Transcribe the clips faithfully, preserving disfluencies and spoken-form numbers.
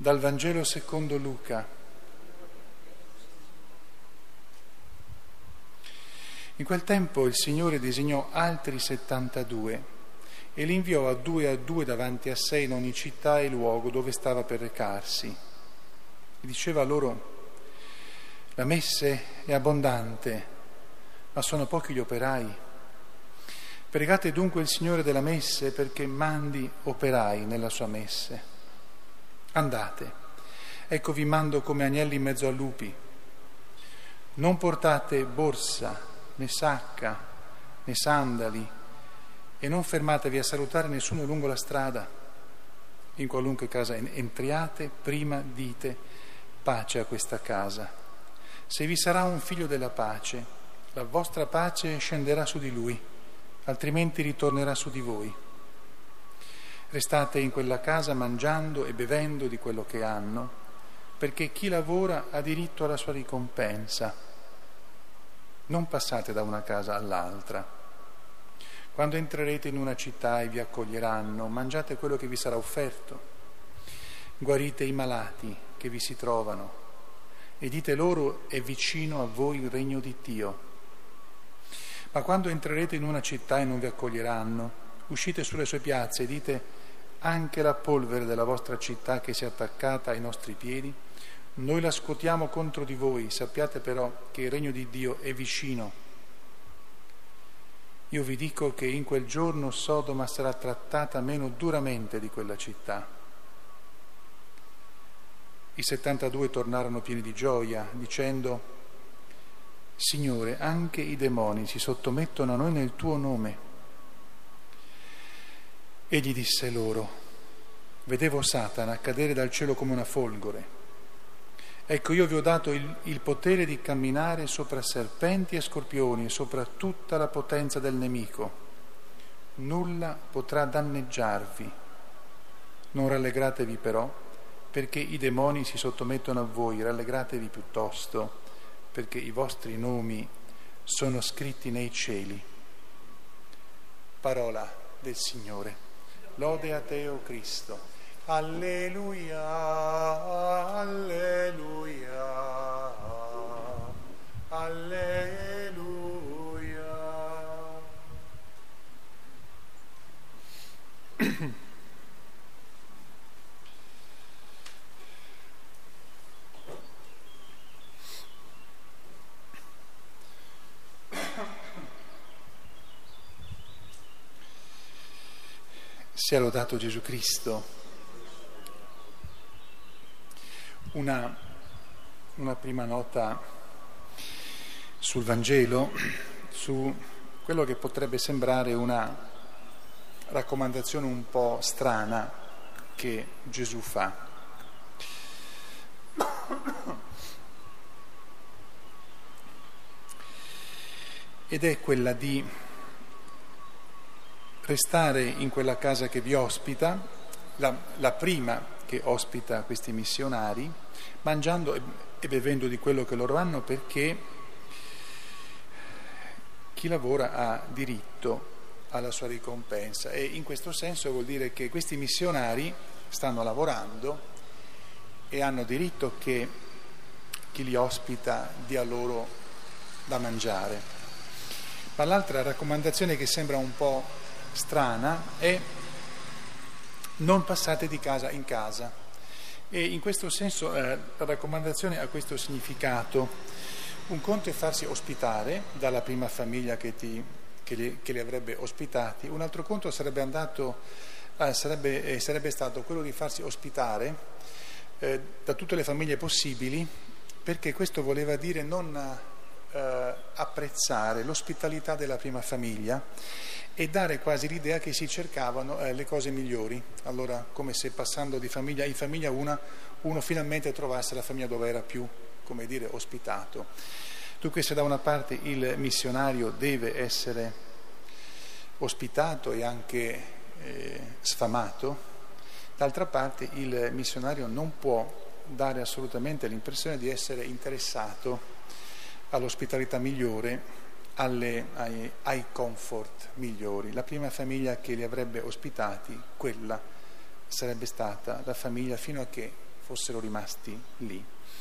Dal Vangelo secondo Luca. In quel tempo il Signore disegnò altri settantadue e li inviò a due a due davanti a sé in ogni città e luogo dove stava per recarsi. E diceva loro: la messe è abbondante, ma sono pochi gli operai. Pregate dunque il Signore della messe perché mandi operai nella sua messe. Andate, ecco vi mando come agnelli in mezzo a lupi. Non portate borsa, né sacca, né sandali, e non fermatevi a salutare nessuno lungo la strada. In qualunque casa entriate, prima dite: pace a questa casa. Se vi sarà un figlio della pace, la vostra pace scenderà su di lui, altrimenti ritornerà su di voi. Restate in quella casa mangiando e bevendo di quello che hanno, perché chi lavora ha diritto alla sua ricompensa. Non passate da una casa all'altra. Quando entrerete in una città e vi accoglieranno, mangiate quello che vi sarà offerto. Guarite i malati che vi si trovano e dite loro: è vicino a voi il regno di Dio. Ma quando entrerete in una città e non vi accoglieranno, uscite sulle sue piazze e dite: anche la polvere della vostra città che si è attaccata ai nostri piedi, noi la scuotiamo contro di voi. Sappiate però che il regno di Dio è vicino. Io vi dico che in quel giorno Sodoma sarà trattata meno duramente di quella città. I settantadue tornarono pieni di gioia, dicendo: Signore, anche i demoni si sottomettono a noi nel tuo nome. Egli disse loro: vedevo Satana cadere dal cielo come una folgore. Ecco, io vi ho dato il, il potere di camminare sopra serpenti e scorpioni e sopra tutta la potenza del nemico. Nulla potrà danneggiarvi. Non rallegratevi però perché i demoni si sottomettono a voi, rallegratevi piuttosto perché i vostri nomi sono scritti nei cieli. Parola del Signore. Lode a te, o Cristo. Alleluia, alleluia, alleluia. Sia lodato Gesù Cristo. Una, una prima nota sul Vangelo, su quello che potrebbe sembrare una raccomandazione un po' strana che Gesù fa. Ed è quella di restare in quella casa che vi ospita, la, la prima che ospita questi missionari, mangiando e, e bevendo di quello che loro hanno, perché chi lavora ha diritto alla sua ricompensa. E in questo senso vuol dire che questi missionari stanno lavorando e hanno diritto che chi li ospita dia loro da mangiare. Ma l'altra raccomandazione che sembra un po' strana è: non passate di casa in casa. E in questo senso eh, la raccomandazione ha questo significato. Un conto è farsi ospitare dalla prima famiglia che, ti, che, li, che li avrebbe ospitati, un altro conto sarebbe, andato, eh, sarebbe, eh, sarebbe stato quello di farsi ospitare eh, da tutte le famiglie possibili, perché questo voleva dire non eh, apprezzare l'ospitalità della prima famiglia e dare quasi l'idea che si cercavano eh, le cose migliori. Allora, come se passando di famiglia in famiglia una, uno finalmente trovasse la famiglia dove era più, come dire, ospitato. Dunque, se da una parte il missionario deve essere ospitato e anche eh, sfamato, d'altra parte il missionario non può dare assolutamente l'impressione di essere interessato all'ospitalità migliore, Alle, ai, ai comfort migliori. La prima famiglia che li avrebbe ospitati, quella sarebbe stata la famiglia fino a che fossero rimasti lì.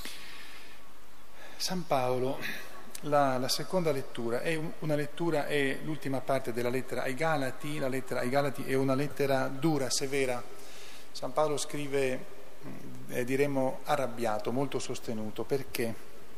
San Paolo, la, la seconda lettura è una lettura, è l'ultima parte della lettera ai Galati. La lettera ai Galati è una lettera dura, severa. San Paolo scrive, eh, diremmo, arrabbiato, molto sostenuto, perché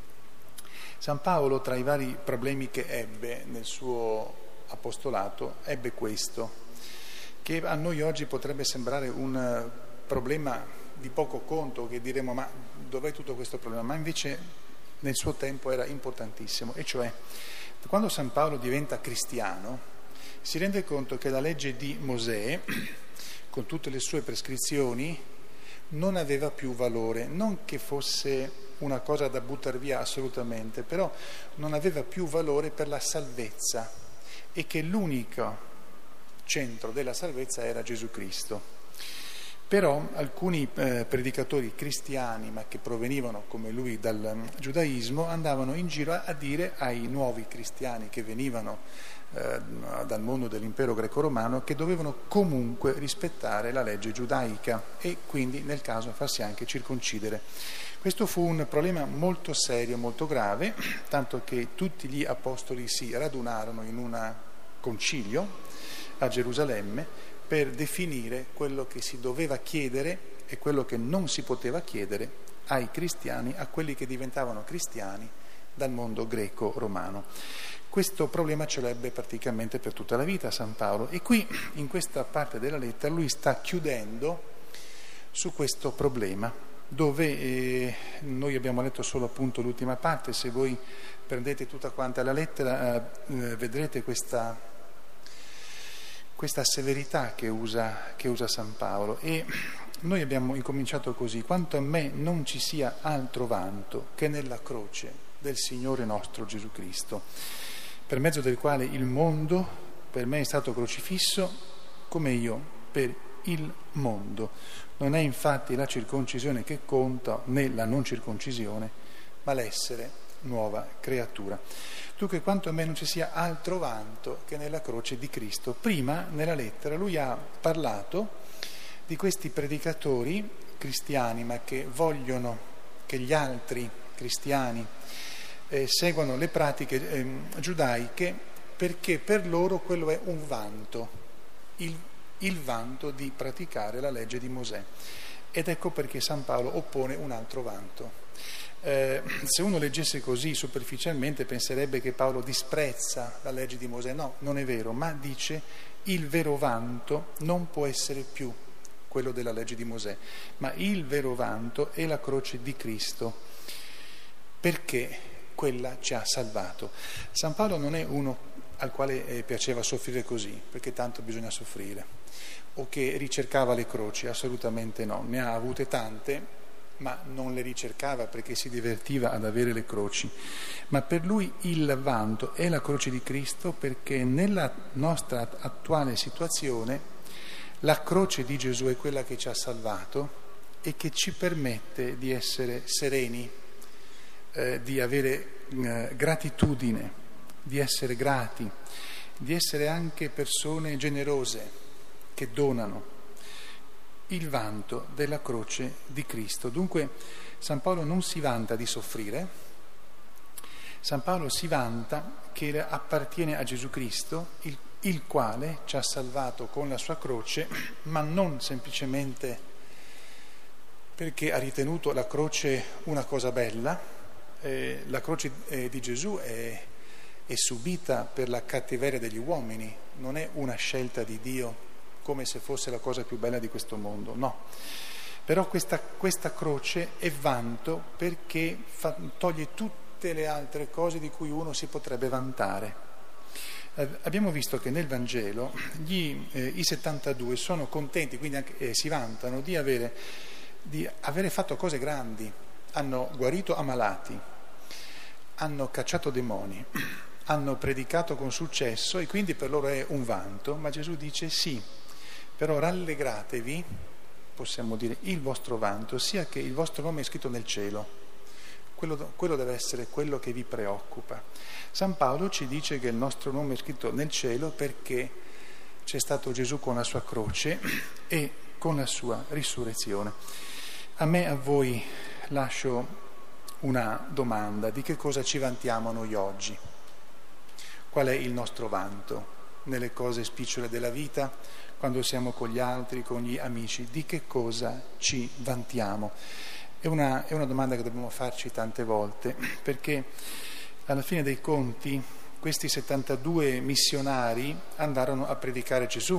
San Paolo, tra i vari problemi che ebbe nel suo apostolato, ebbe questo, che a noi oggi potrebbe sembrare un problema di poco conto, che diremo ma dov'è tutto questo problema? Ma invece nel suo tempo era importantissimo, e cioè quando San Paolo diventa cristiano si rende conto che la legge di Mosè, con tutte le sue prescrizioni, non aveva più valore, non che fosse una cosa da buttare via assolutamente, però non aveva più valore per la salvezza, e che l'unico centro della salvezza era Gesù Cristo. Però alcuni eh, predicatori cristiani, ma che provenivano come lui dal um, giudaismo, andavano in giro a, a dire ai nuovi cristiani che venivano eh, dal mondo dell'impero greco-romano che dovevano comunque rispettare la legge giudaica e quindi nel caso farsi anche circoncidere. Questo fu un problema molto serio, molto grave, tanto che tutti gli apostoli si radunarono in un concilio a Gerusalemme per definire quello che si doveva chiedere e quello che non si poteva chiedere ai cristiani, a quelli che diventavano cristiani dal mondo greco-romano. Questo problema ce l'ebbe praticamente per tutta la vita San Paolo, e qui in questa parte della lettera lui sta chiudendo su questo problema, dove eh, noi abbiamo letto solo appunto l'ultima parte. Se voi prendete tutta quanta la lettera eh, vedrete questa questa severità che usa, che usa San Paolo, e noi abbiamo incominciato così: quanto a me non ci sia altro vanto che nella croce del Signore nostro Gesù Cristo, per mezzo del quale il mondo per me è stato crocifisso, come io per il mondo. Non è infatti la circoncisione che conta, né la non circoncisione, ma l'essere nuova creatura. Dunque, quanto a me non ci sia altro vanto che nella croce di Cristo. Prima, nella lettera, lui ha parlato di questi predicatori cristiani, ma che vogliono che gli altri cristiani eh, seguano le pratiche eh, giudaiche, perché per loro quello è un vanto, il, il vanto di praticare la legge di Mosè. Ed ecco perché San Paolo oppone un altro vanto. Eh, se uno leggesse così superficialmente penserebbe che Paolo disprezza la legge di Mosè. No, non è vero, ma dice il vero vanto non può essere più quello della legge di Mosè, ma il vero vanto è la croce di Cristo, perché quella ci ha salvato. San Paolo non è uno al quale eh, piaceva soffrire così, perché tanto bisogna soffrire, o che ricercava le croci, assolutamente no, ne ha avute tante, ma non le ricercava perché si divertiva ad avere le croci. Ma per lui il vanto è la croce di Cristo, perché nella nostra attuale situazione la croce di Gesù è quella che ci ha salvato e che ci permette di essere sereni, eh, di avere eh, gratitudine, di essere grati, di essere anche persone generose che donano. Il vanto della croce di Cristo. Dunque San Paolo non si vanta di soffrire, San Paolo si vanta che appartiene a Gesù Cristo, il, il quale ci ha salvato con la sua croce, ma non semplicemente perché ha ritenuto la croce una cosa bella. Eh, la croce eh, di Gesù è, è subita per la cattiveria degli uomini, non è una scelta di Dio come se fosse la cosa più bella di questo mondo, no. Però questa, questa croce è vanto perché fa, toglie tutte le altre cose di cui uno si potrebbe vantare. Eh, abbiamo visto che nel Vangelo gli, eh, i settantadue sono contenti, quindi anche, eh, si vantano di avere, di avere fatto cose grandi. Hanno guarito ammalati, hanno cacciato demoni, hanno predicato con successo, e quindi per loro è un vanto. Ma Gesù dice sì, però rallegratevi, possiamo dire, il vostro vanto sia che il vostro nome è scritto nel cielo. Quello, quello deve essere quello che vi preoccupa. San Paolo ci dice che il nostro nome è scritto nel cielo perché c'è stato Gesù con la sua croce e con la sua risurrezione. A me, a voi, lascio una domanda: di che cosa ci vantiamo noi oggi? Qual è il nostro vanto nelle cose spicciole della vita, quando siamo con gli altri, con gli amici? Di che cosa ci vantiamo? È una, è una domanda che dobbiamo farci tante volte, perché alla fine dei conti questi settantadue missionari andarono a predicare Gesù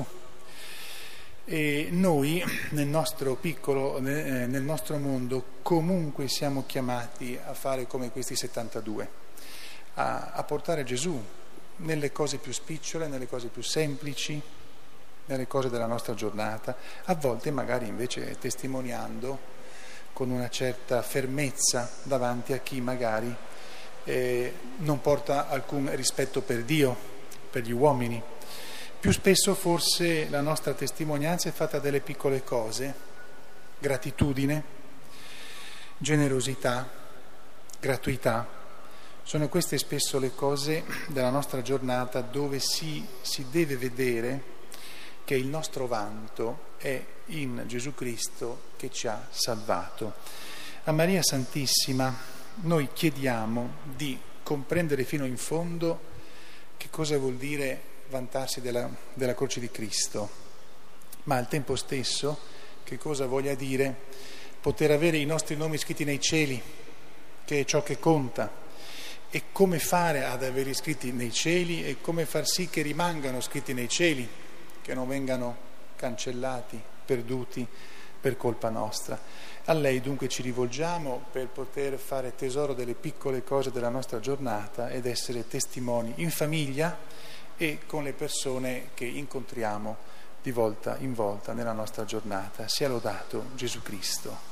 e noi nel nostro piccolo, nel nostro mondo, comunque siamo chiamati a fare come questi settantadue, a, a portare Gesù nelle cose più spicciole, nelle cose più semplici, nelle cose della nostra giornata, a volte magari invece testimoniando con una certa fermezza davanti a chi magari eh, non porta alcun rispetto per Dio, per gli uomini. Più spesso forse la nostra testimonianza è fatta delle piccole cose: gratitudine, generosità, gratuità. Sono queste spesso le cose della nostra giornata dove si, si deve vedere che il nostro vanto è in Gesù Cristo che ci ha salvato. A Maria Santissima noi chiediamo di comprendere fino in fondo che cosa vuol dire vantarsi della, della croce di Cristo, ma al tempo stesso che cosa voglia dire poter avere i nostri nomi scritti nei cieli, che è ciò che conta, e come fare ad averli scritti nei cieli e come far sì che rimangano scritti nei cieli, che non vengano cancellati, perduti per colpa nostra. A lei dunque ci rivolgiamo per poter fare tesoro delle piccole cose della nostra giornata ed essere testimoni in famiglia e con le persone che incontriamo di volta in volta nella nostra giornata. Sia lodato Gesù Cristo.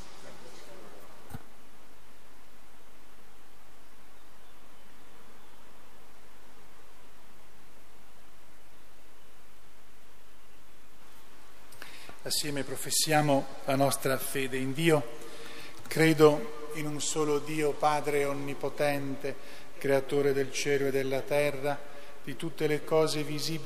Assieme professiamo la nostra fede in Dio. Credo in un solo Dio, Padre onnipotente, creatore del cielo e della terra, di tutte le cose visibili